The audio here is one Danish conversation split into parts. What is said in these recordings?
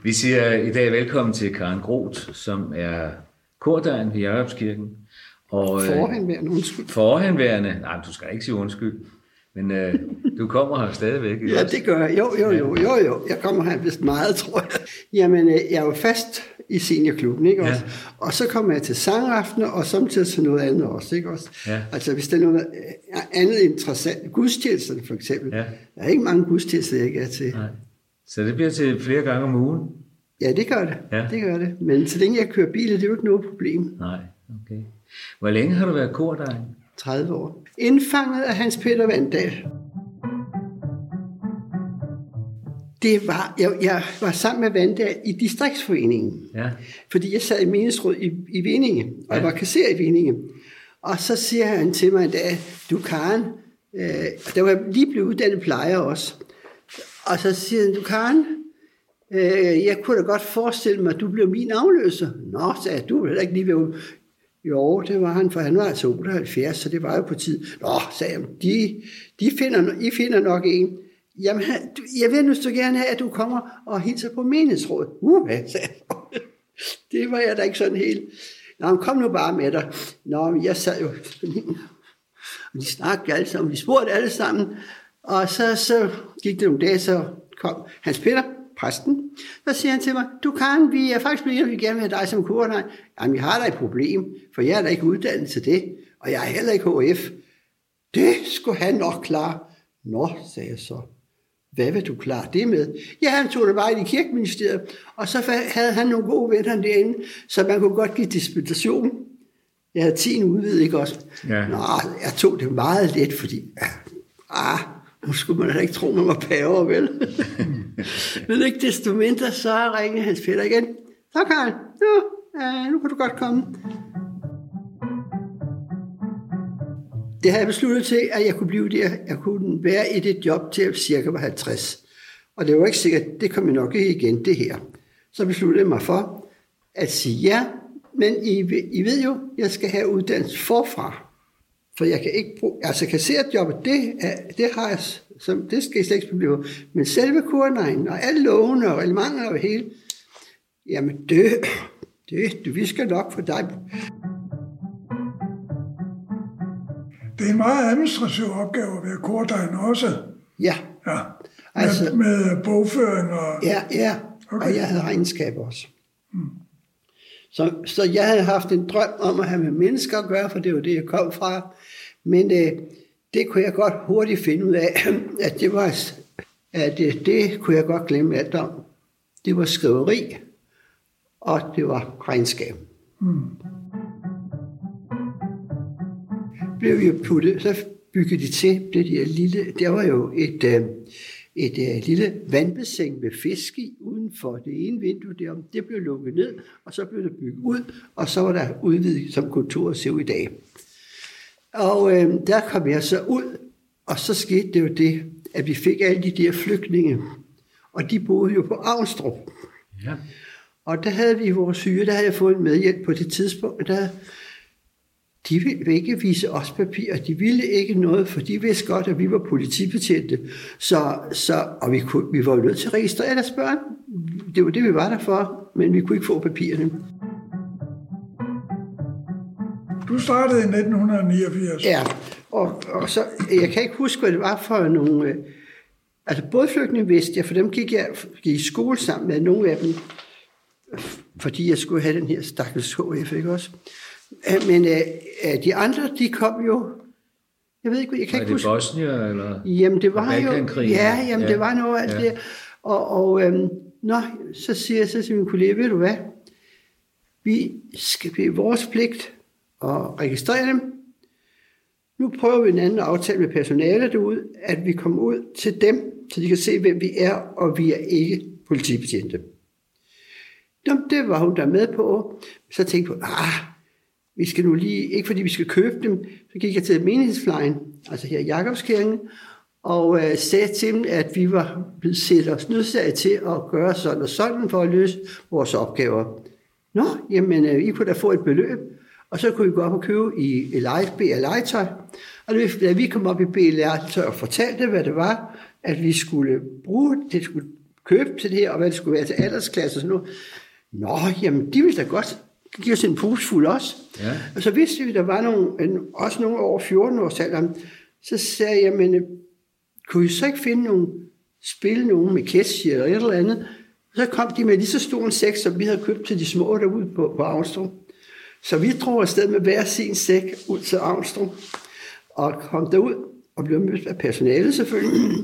Vi siger i dag velkommen til Karen Groth, som er kordegn ved Jakobskirken. Og forhenværende, undskyld. Forhenværende, nej, du skal ikke sige undskyld, men du kommer her stadigvæk. Ja, det gør jeg. Jo. Jeg kommer her vist meget, tror jeg. Jamen, jeg er jo fast i seniorklubben, ikke også? Ja. Og så kommer jeg til sangaftener, og samtidig til noget andet også, ikke også? Ja. Altså, hvis der er noget andet interessant, gudstjenesterne for eksempel. Ja. Der er ikke mange gudstjenester, jeg ikke er til. Nej. Så det bliver til flere gange om ugen? Ja, det gør det. Ja. Det gør det. Men så længe jeg kører bil, det er jo ikke noget problem. Nej, okay. Hvor længe har du været kordegn? 30 år. Indfanget af Hans Peter Vandal. Det var, jeg var sammen med Vandal i distriktsforeningen. Ja. Fordi jeg sad i menighedsråd i Vindinge, og jeg var kasserer i Vindinge. Og så siger han til mig en dag, du Karen, der var lige blevet uddannet plejer også. Og så siger han, du Karen, jeg kunne da godt forestille mig, at du blev min afløser. Nå, sagde jeg, du vil ikke lige være. Jo, det var han, for han var altså 78, så det var jo på tid. Nå, sagde jeg, I finder nok en. Jamen, jeg vil nu så gerne have, at du kommer og hilser på menighedsrådet. Sagde jeg. Det var jeg da ikke sådan helt. Nå, kom nu bare med dig. Nå, jeg sad jo og de snakkede alle sammen, vi spurgte alle sammen. Og så gik det nogle dage, så kom Hans Peter, præsten, så siger han til mig, du Karen, vi er faktisk blevet, vi vil gerne have dig som kordegn. Jamen, jeg har da et problem, for jeg er da ikke uddannet til det, og jeg er heller ikke HF. Det skulle han nok klare. Nå, sagde jeg så. Hvad vil du klare det med? Ja, han tog det bare i kirkeministeriet, og så havde han nogle gode venner derinde, så man kunne godt give dispensation. Jeg havde 10 udvidet, ikke også? Ja. Nå, jeg tog det meget let, fordi nu skulle man da ikke tro, man var paver, vel? Men ikke desto mindre, så ringede Hans Peter igen. Så Karen, nu kan du godt komme. Det havde jeg besluttet til, at jeg kunne blive der. Jeg kunne være i det job til cirka 50. Og det var ikke sikkert, det kom jeg nok ikke igen, det her. Så besluttede jeg mig for at sige ja, men I ved jo, jeg skal have uddannelse forfra. For jeg kan ikke bruge, altså kassererjobbet, det har jeg, det skal jeg slet ikke blive. Men selve kordegnen og alle lovene og reglementer og hele, jamen vi skal nok for dig. Det er en meget administrativ opgave at være kordegn også. Ja. Altså, med bogføring og... Ja. Okay. Og jeg havde regnskab også. Så jeg havde haft en drøm om at have med mennesker at gøre, for det var det, jeg kom fra. Men det kunne jeg godt hurtigt finde ud af, at det kunne jeg godt glemme alt om. Det var skriveri, og det var regnskab. Blev jo puttet, så byggede de til der var jo et lille vandbassin med fisk i udenfor det ene vindue der. Det blev lukket ned, og så blev det bygget ud, og så var der udvidet, som kontoret ser ud i dag. Og der kom jeg så ud, og så skete det jo det, at vi fik alle de der flygtninge, og de boede jo på Avnstrup. Ja. Og der havde vi vores syge, der havde jeg fået en medhjælp på det tidspunkt, de ville ikke vise os papirer, de ville ikke noget, for de vidste godt, at vi var politibetjente. Og vi var jo nødt til at registrere deres børn. Det var det, vi var der for, men vi kunne ikke få papirerne. Du startede i 1989. Ja, og så, jeg kan ikke huske, hvad det var for nogle... Altså bådflygtninge vidste jeg, for dem gik jeg i skole sammen med nogle af dem, fordi jeg skulle have den her stakkels HF, ikke også? Men de andre, de kom jo... Jeg ved ikke, jeg kan ikke huske... Var det Bosnien, eller... Jamen, det var jo... Ja, det var noget af det. Så siger jeg til min kollega, ved du hvad? Vi skal blive vores pligt og registrere dem. Nu prøver vi en anden aftale med personalet derude, at vi kommer ud til dem, så de kan se, hvem vi er, og vi er ikke politibetjente. Det var hun der med på. Så tænkte jeg på, vi skal nu lige, ikke fordi vi skal købe dem, så gik jeg til menighedsflejen, altså her i Jakobskirken, og sagde til dem, at vi var blevet set os nødsaget til at gøre sådan og sådan for at løse vores opgaver. Nå, jamen, I kunne da få et beløb, og så kunne vi gå op og købe i BR-legetøj. Og da vi kom op i BR-legetøj og fortalte, hvad det var, at vi skulle bruge, det skulle købe til det her, og hvad det skulle være til aldersklasse og sådan noget. Nå, jamen, de ville da godt give os en pose fuld også. Ja. Og så vidste vi, der var også nogle over 14 års alderen. Så sagde jeg, men kunne I så ikke finde nogen med Ketchy eller et eller andet? Så kom de med lige så stor en sæk, som vi havde købt til de små derude på Avnstrup. Så vi drog afsted med hver sin sæk ud til Avnstrup, og kom derud og blev mødt af personalet selvfølgelig.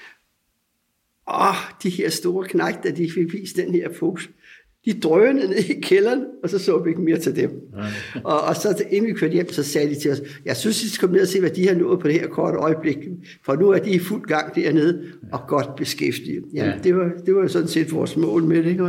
Og de her store knægter, de fik vist den her pose. De drønede ned i kælderen, og så vi ikke mere til dem. Og så inden vi kørte hjem, så sagde de til os, jeg synes, I skal komme ned og se, hvad de har nået på det her korte øjeblik. For nu er de i fuld gang dernede, og godt beskæftiget. Jamen, det var sådan set vores mål med det, ikke?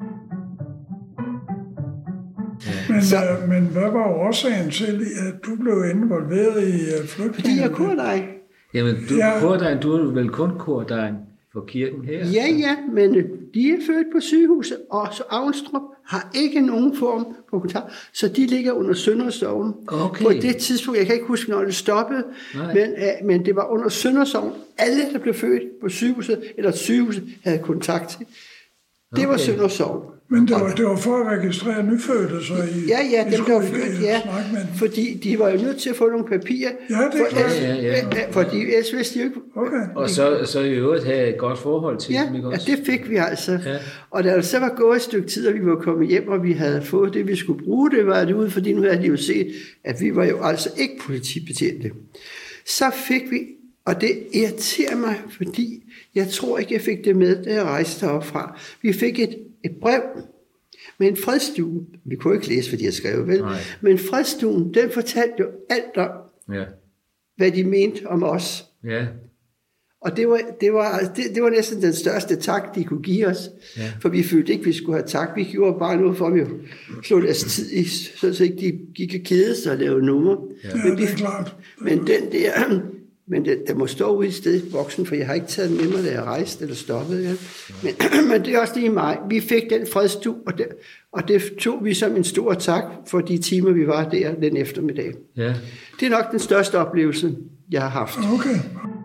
Men hvad var årsagen til, at du blev involveret i flygtninge? Fordi jeg er kordegn. Jamen, du er vel kun kordegn for kirken her? Ja, men de er født på sygehuset, og så Avnstrup har ikke nogen form for kontakt, så de ligger under Søndersogn. Okay. På det tidspunkt, jeg kan ikke huske, når det stoppede, men det var under Søndersogn. Alle, der blev født på sygehuset, eller sygehuset, havde kontakt til. Det var Søndersogn. Men det var for at registrere nyfødte, så I... Ja, dem der var født, ja. Fordi de var jo nødt til at få nogle papirer. Ja, det er klart. Fordi ellers vidste de jo ikke... Okay. Og så i øvrigt have et godt forhold til dem, ikke også? Ja, det fik vi altså. Ja. Og da det så var gået et stykke tid, og vi var kommet hjem, og vi havde fået det, vi skulle bruge, det var det ud, fordi nu havde de jo set, at vi var jo altså ikke politibetjente. Så fik vi... Og det irriterer mig, fordi jeg tror ikke, jeg fik det med, da jeg rejste herfra. Vi fik et brev med en fredsstue. Vi kunne ikke læse, hvad de havde skrevet, vel? Nej. Men fredsstuen, den fortalte jo alt om, hvad de mente om os. Ja. Og det var næsten den største tak, de kunne give os. Ja. For vi følte ikke, vi skulle have tak. Vi gjorde bare noget for, at vi slå deres tid i, så ikke de gik og kedede sig og lavede numre. Ja. Men det er klart. Men den der... Men der må stå ude i stedet i boksen, for jeg har ikke taget den med mig, da jeg rejste eller stoppede. Ja. Men det er også lige mig. Vi fik den fredsstue, og det tog vi som en stor tak for de timer, vi var der den eftermiddag. Ja. Det er nok den største oplevelse, jeg har haft. Okay.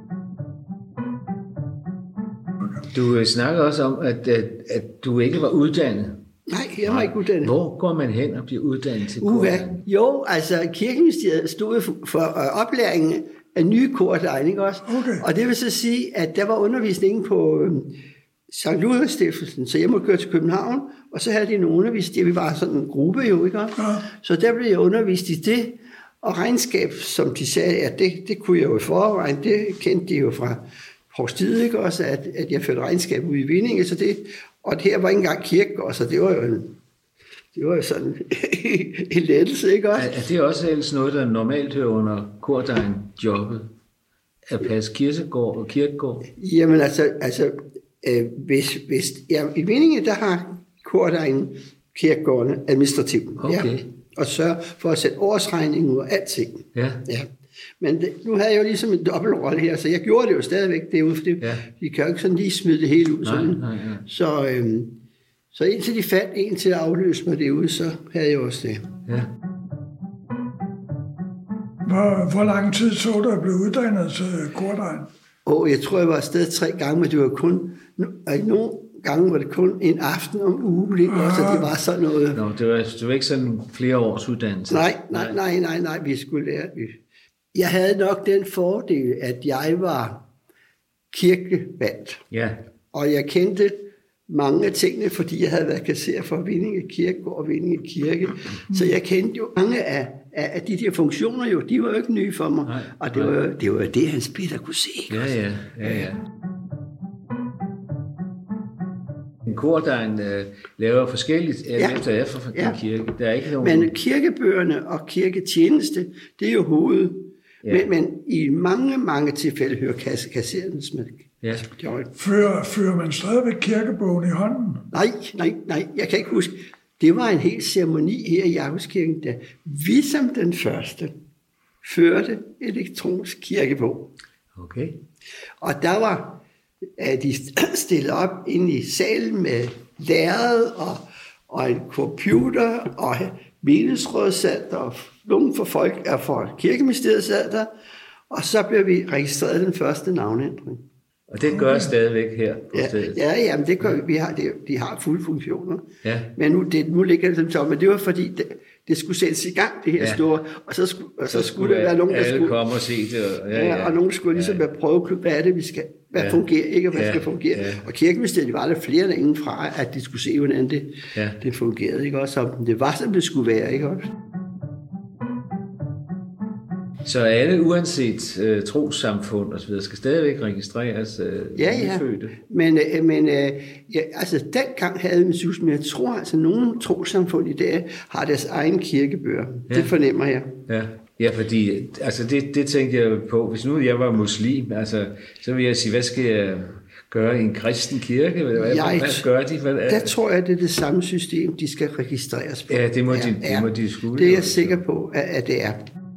Okay. Du snakker også om, at du ikke var uddannet. Nej, jeg var ikke uddannet. Hvor går man hen og bliver uddannet til kordegn? Jo, altså Kirkeministeriet stod for oplæringen af nye kordegn, ikke også? Okay. Og det vil så sige, at der var undervisning på St. Luthers Stiftelsen, så jeg måtte køre til København, og så havde de en undervisning, vi var sådan en gruppe jo, ikke også? Ja. Så der blev jeg undervist i det, og regnskab, som de sagde, at det kunne jeg jo i forvejen, det kendte de jo fra Provstiet, ikke også, at jeg førte regnskab ud i Vindinge, så det, og det her var ikke engang kirkegård, så det var jo sådan en lettelse, ikke også? Er det også ellers noget, der normalt hører under kordegn-jobbet? At passe kirkegård og kirkegård? Jamen altså i Vindinge, der har kordegn kirkegårdene administrativt. Okay. Ja, og sørge for at sætte årsregning og alting. Ja. Men nu havde jeg jo ligesom en dobbeltrolle her, så jeg gjorde det jo stadigvæk derude, for de kan jo ikke sådan lige smide det hele ud. Nej. Så indtil de fandt en til at afløse mig derude, så havde jeg også det. Ja. Hvor lang tid tog du at blive uddannet til kordegn? Jeg tror, jeg var afsted 3 gange, men det var kun... Nogle gange var det kun en aften om ugen, ikke? Så det var sådan noget... Nå, det var ikke sådan flere års uddannelse? Nej, vi skulle lære... Jeg havde nok den fordel, at jeg var kirkevalgt. Ja. Og jeg kendte mange af tingene, fordi jeg havde været kasserer for Vindinge Kirkegård og Vindinge Kirke. Så jeg kendte jo mange af de der funktioner, jo, de var jo ikke nye for mig. Nej, og det var det, Hans Peter kunne se. Ja. En kordegn laver forskelligt efter for den kirke. Der er ikke nogen... Men kirkebøgerne og kirketjeneste, det er jo hovedet. Ja. Men i mange tilfælde hører kasserens med. Ja. Fører man stadigvæk kirkebogen i hånden? Nej, jeg kan ikke huske. Det var en hel ceremoni her i Jakobskirken, da vi som den første førte elektronisk kirkebog. Okay. Og der var de stillet op inde i salen med lærred og en computer og menighedsrådet sad der, og nogle for folk er fra Kirkeministeriet sad der, og så blev vi registreret den første navneændring. Og det gør stadigvæk her på stedet. Ja, men det gør vi. De har fulde funktioner. Ja. Men nu ligger det som, men det var fordi, det skulle sættes i gang, det her store, og så skulle der være nogen, der skulle komme og se det. Og nogen skulle ligesom være prøveklub, hvad er det, vi skal, hvad fungerer, ikke, og hvad skal fungere. Ja. Og Kirkeministeriet var der flere derinde fra, at de skulle se, hvordan det fungerede, ikke også, som det var, som det skulle være, ikke også. Så alle, uanset trossamfund og så videre, skal stadigvæk registreres nyfødte? Men altså dengang havde man synes, men jeg tror altså, nogle trossamfund i dag har deres egen kirkebøger. Ja. Det fornemmer jeg. Ja, fordi altså det tænkte jeg på. Hvis nu jeg var muslim, altså, så vil jeg sige, hvad skal jeg gøre i en kristen kirke? Hvad gør de? Der tror jeg, det er det samme system, de skal registreres på. Ja, det må de skulle. Det er jeg sikker på, at det er.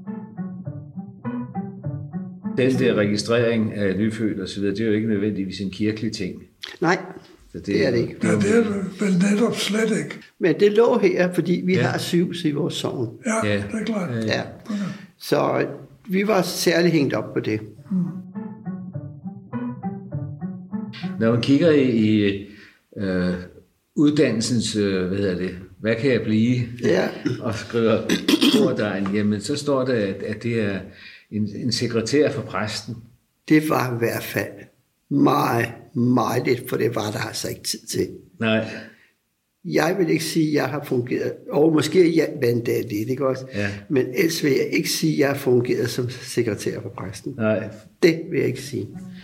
Den der registrering af nyfødte og så videre, det er jo ikke nødvendigvis en kirkelig ting. Nej, det er det ikke. Ja, det er vel netop slet ikke. Men det lå her, fordi vi har 7 i vores sogn. Ja, det er klart. Ja. Så vi var særligt hængt op på det. Når man kigger i uddannelsens, hvad kan jeg blive? Ja. Og skriver ordegn, jamen så står der, at det er en sekretær for præsten. Det var i hvert fald meget, meget lidt, for det var der altså ikke tid til. Nej. Jeg vil ikke sige, at jeg har fungeret, og måske jeg vandt det lidt, ikke også? Ja. Men ellers vil jeg ikke sige, at jeg har fungeret som sekretær for præsten. Nej. Det vil jeg ikke sige.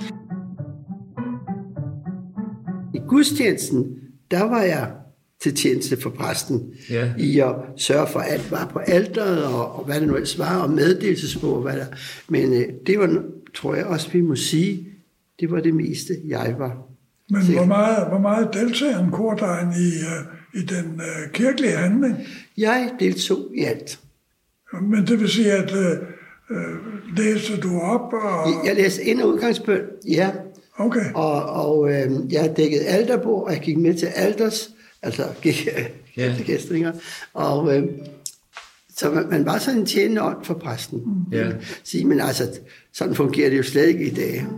I gudstjenesten, der var jeg til tjeneste for præsten, i at sørge for, at alt var på alteret, og hvad det nu ellers var, og meddelelsesbog, hvad der. Men det var, tror jeg også, vi må sige, det var det meste, jeg var. Men hvor meget deltager en kordegn i den kirkelige handling? Jeg deltog i alt. Men det vil sige, at læser du op? Jeg læste ind- og udgangsbøn, ja. Okay. Og jeg dækkede alterbord, og jeg gik med til alters, altså gik til gæstninger. Og så man var sådan en tjenende ånd for præsten. Ja. Men altså, sådan fungerer det jo slet ikke i dag.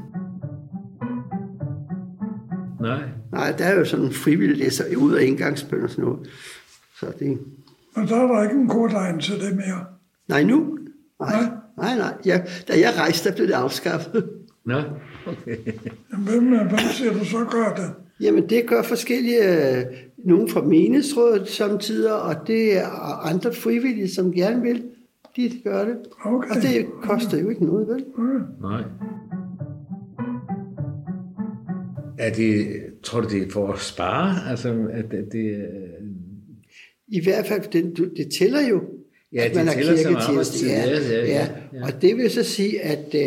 Nej, der er jo sådan en frivillig læser ud af indgangsbøn og sådan noget. Så det... Og der er der ikke en kordegn til det mere? Nej, nu? Nej. Ja, da jeg rejste, der blev det afskaffet. Nå, okay. Hvem siger du så gør det? Jamen, det gør forskellige, nogen fra menighedsrådet samtidig, og det er andre frivillige, som gerne vil, de gør det. Okay. Og det koster jo ikke noget, vel? Okay. Nej. Tror du, det er for at spare? Altså, at det I hvert fald, det tæller jo, at man har kirketjeneste. Ja. Og det vil så sige,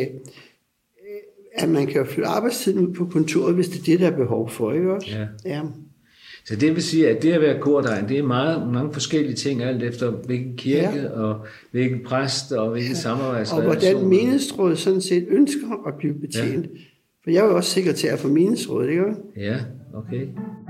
at man kan jo flytte arbejdstiden ud på kontoret, hvis det er det, der er behov for, ikke også? Ja. Så det vil sige, at det at være kordegn, det er mange forskellige ting, alt efter hvilken kirke, og hvilken præst, og hvilken samarbejdsrelation. Og hvordan menighedsrådet sådan set ønsker at blive betjent. Ja. For jeg er jo også sekretær for menighedsrådet, ikke? Ja, okay.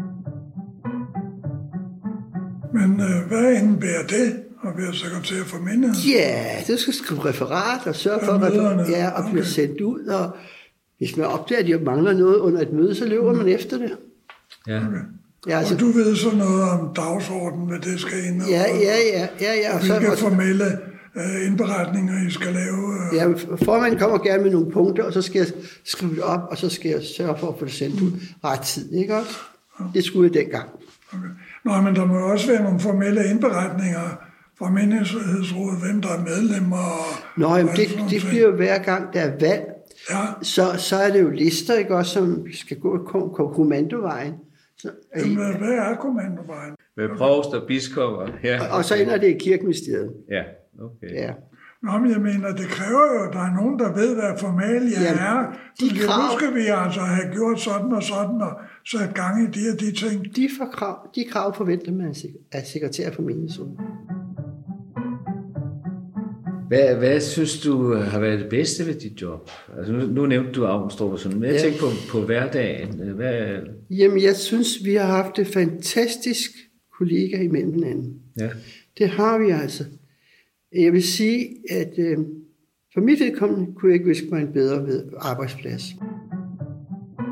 Men hvad indebærer det at være sekretær for menighedsrådet? Ja, du skal skrive referat og sørge for, at blive sendt ud, og hvis man opdager, at de mangler noget under et møde, så løber man efter det. Ja. Okay. Ja, altså, og du ved så noget om dagsordenen, hvad det skal indeholde? Ja. Og hvilke formelle indberetninger, I skal lave? Ja, formanden kommer gerne med nogle punkter, og så skal jeg skrive det op, og så skal jeg sørge for at få det sendt ud ret tid, ikke også? Det skulle jeg dengang. Okay. Nå, men der må også være nogle formelle indberetninger fra menighedsrådet, hvem der er medlemmer. Nå, jamen det bliver jo hver gang, der er valg. Ja. Så er det jo lister, ikke også, som skal gå kommandovejen. Jamen, hvad er kommandovejen? Med provst og biskopper. Ja. Og så ender det i Kirkeministeriet. Ja, okay. Ja. Nå, men jeg mener, det kræver jo, at der er nogen, der ved, hvad formalia er. Nu skal vi altså have gjort sådan og sådan, og sat gang i de og de ting. De krav forventer man af sekretær for menighedsrådet. Hvad synes du har været det bedste ved dit job? Altså nu nævnte du Avnstrup og sådan, men jeg tænker på hverdagen. Jamen, jeg synes, vi har haft et fantastisk kollega imellem hinanden. Ja. Det har vi altså. Jeg vil sige, at for mit vedkommende kunne jeg ikke ønske mig en bedre arbejdsplads.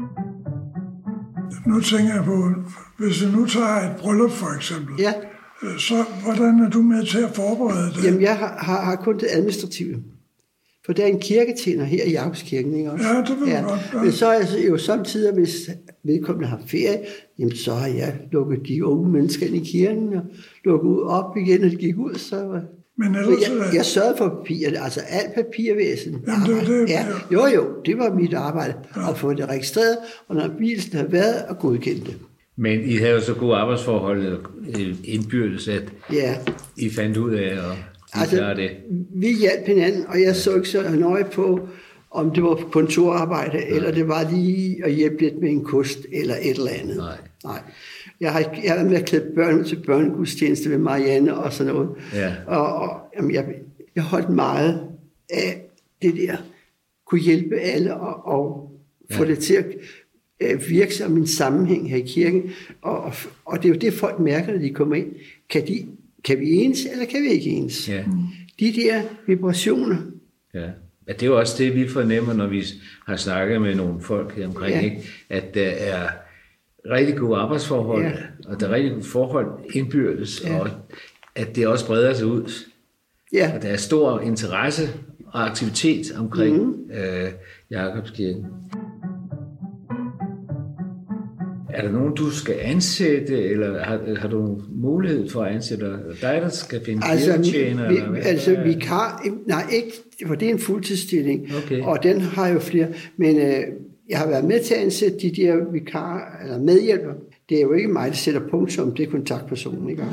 Nu tænker jeg på, hvis vi nu tager et bryllup for eksempel, ja. Så hvordan er du med til at forberede det? Jamen, jeg har kun det administrative. For der er en kirketjener her i Jakobskirken, ikke også? Ja, det ved jeg godt. Ja. Men så er det jo samtidig, hvis vedkommende har ferie, jamen så har jeg lukket de unge mennesker ind i kirken og lukket ud op igen, og de gik ud, så... Men ellers, jeg sørgede for papiret, altså alt papirvæsen. Jamen, det, ja. Jo, det var mit arbejde, at få det registreret, og når bilen havde været, og godkendt det. Men I havde jo så gode arbejdsforhold indbyrdes, at I fandt ud af at klare det. Vi hjalp hinanden, og jeg så ikke så nøje på, om det var kontorarbejde, eller det var lige at hjælpe lidt med en kost, eller et eller andet. Nej. Jeg har været med at klæde børn til børnegudstjeneste ved Marianne og sådan noget. Ja. Og jamen, jeg holdt meget af det der. Kunne hjælpe alle og få det til at virke som en sammenhæng her i kirken. Og det er jo det, folk mærker, når de kommer ind. Kan vi enes, eller kan vi ikke enes? Ja. De der vibrationer. Ja. Ja, det er jo også det, vi fornemmer, når vi har snakket med nogle folk her omkring, ikke? At der er rigtig gode arbejdsforhold, og der er rigtig gode forhold indbyrdes, og at det også breder sig ud. Ja. Og der er stor interesse og aktivitet omkring Jakobskirken. Er der nogen, du skal ansætte, eller har du mulighed for at ansætte dig, der skal finde kirketjener? Vikar, nej, ikke, for det er en fuldtidsstilling, og den har jo flere, men jeg har været med til at ansætte de der vikarer, eller medhjælper. Det er jo ikke mig, der sætter punktum, det er kontaktpersonen, ikke?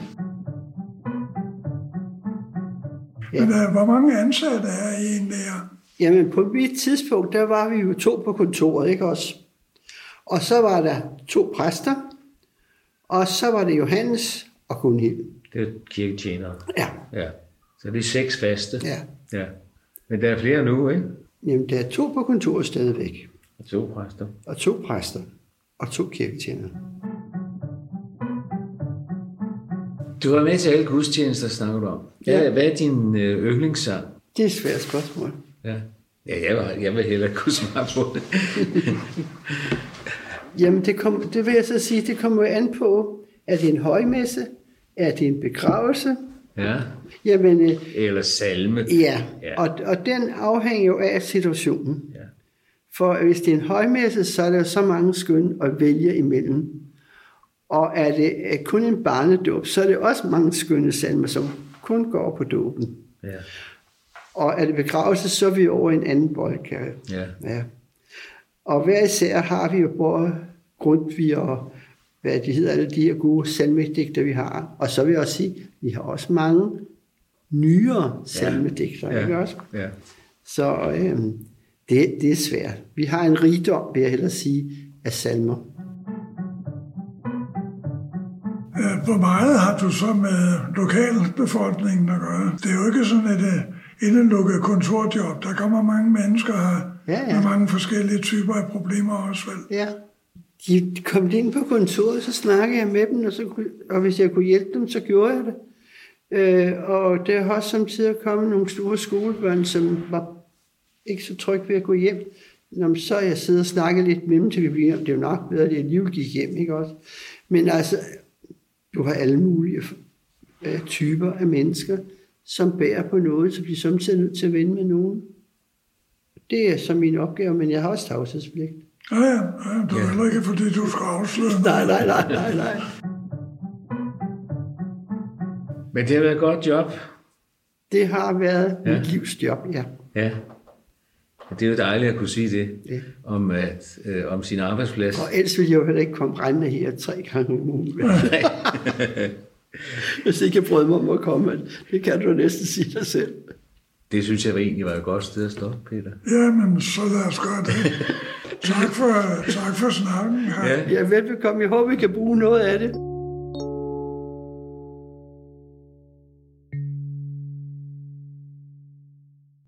Ja. Men hvor mange ansatte er I egentlig der? Jamen, på mit tidspunkt, der var vi jo 2 på kontoret, ikke også? Og så var der 2 præster, og så var det Johannes og Gunhild. Det er kirketjenere. Ja. Så det er 6 faste. Ja. Men der er flere nu, ikke? Jamen, der er 2 på kontoret stadigvæk. Og 2 præster. Og 2 præster. Og 2 kirketjenere. Du var med til alle gudstjenester, snakker du om. Ja. Hvad er din yndlingssang? Det er et svært spørgsmål. Ja, jeg vil hellere kunne svare på det. Jamen, det vil jeg så sige, det kommer an på, er det en højmesse? Er det en begravelse? Ja. Jamen, eller salme. Ja. Og den afhænger jo af situationen. Ja. For hvis det er en højmesse, så er der jo så mange skønne at vælge imellem. Og er det kun en barnedåb, så er det også mange skønne salmer, som kun går på dåben. Ja. Og er det begravelse, så er vi over en anden boldgade. Ja. Og hver især har vi jo både Grundtvig og hvad de hedder, alle de her gode salmedigter, vi har. Og så vil jeg også sige, vi har også mange nyere salmedigter, ikke også? Ja. Så det er svært. Vi har en rigdom, vil jeg hellere sige, af salmer. Hvor meget har du så med lokalbefolkningen at gøre? Det er jo ikke sådan et indelukket kontorjob. Der kommer mange mennesker her med mange forskellige typer af problemer også, vel? Ja. De kom ind på kontoret, så snakkede jeg med dem, og hvis jeg kunne hjælpe dem, så gjorde jeg det. Og der har også samtidig kommet nogle store skolebørn, som var ikke så trygge ved at gå hjem. Så jeg sidder og snakker lidt med dem, til vi bliver hjem. Det er jo nok bedre, at det alligevel gik hjem, ikke også? Men altså, du har alle mulige typer af mennesker, som bærer på noget, så bliver samtidig nødt til at vende med nogen. Det er så min opgave, men jeg har også tavshedspligt. Ja, du er heller ikke, fordi du skal afsløre. Nej. Men det har været et godt job. Det har været mit livs job, ja. Ja. Det er jo dejligt at kunne sige det om sin arbejdsplads. Og ellers ville jeg jo heller ikke komme rendende her 3 gange om ugen. Hvis ikke jeg brød mig om at komme, det kan du næsten sige dig selv. Det synes jeg egentlig var et godt sted at stoppe, Peter. Ja, men så lad os gøre det. Tak for snakken. Ja, velbekomme. Jeg håber, vi kan bruge noget af det.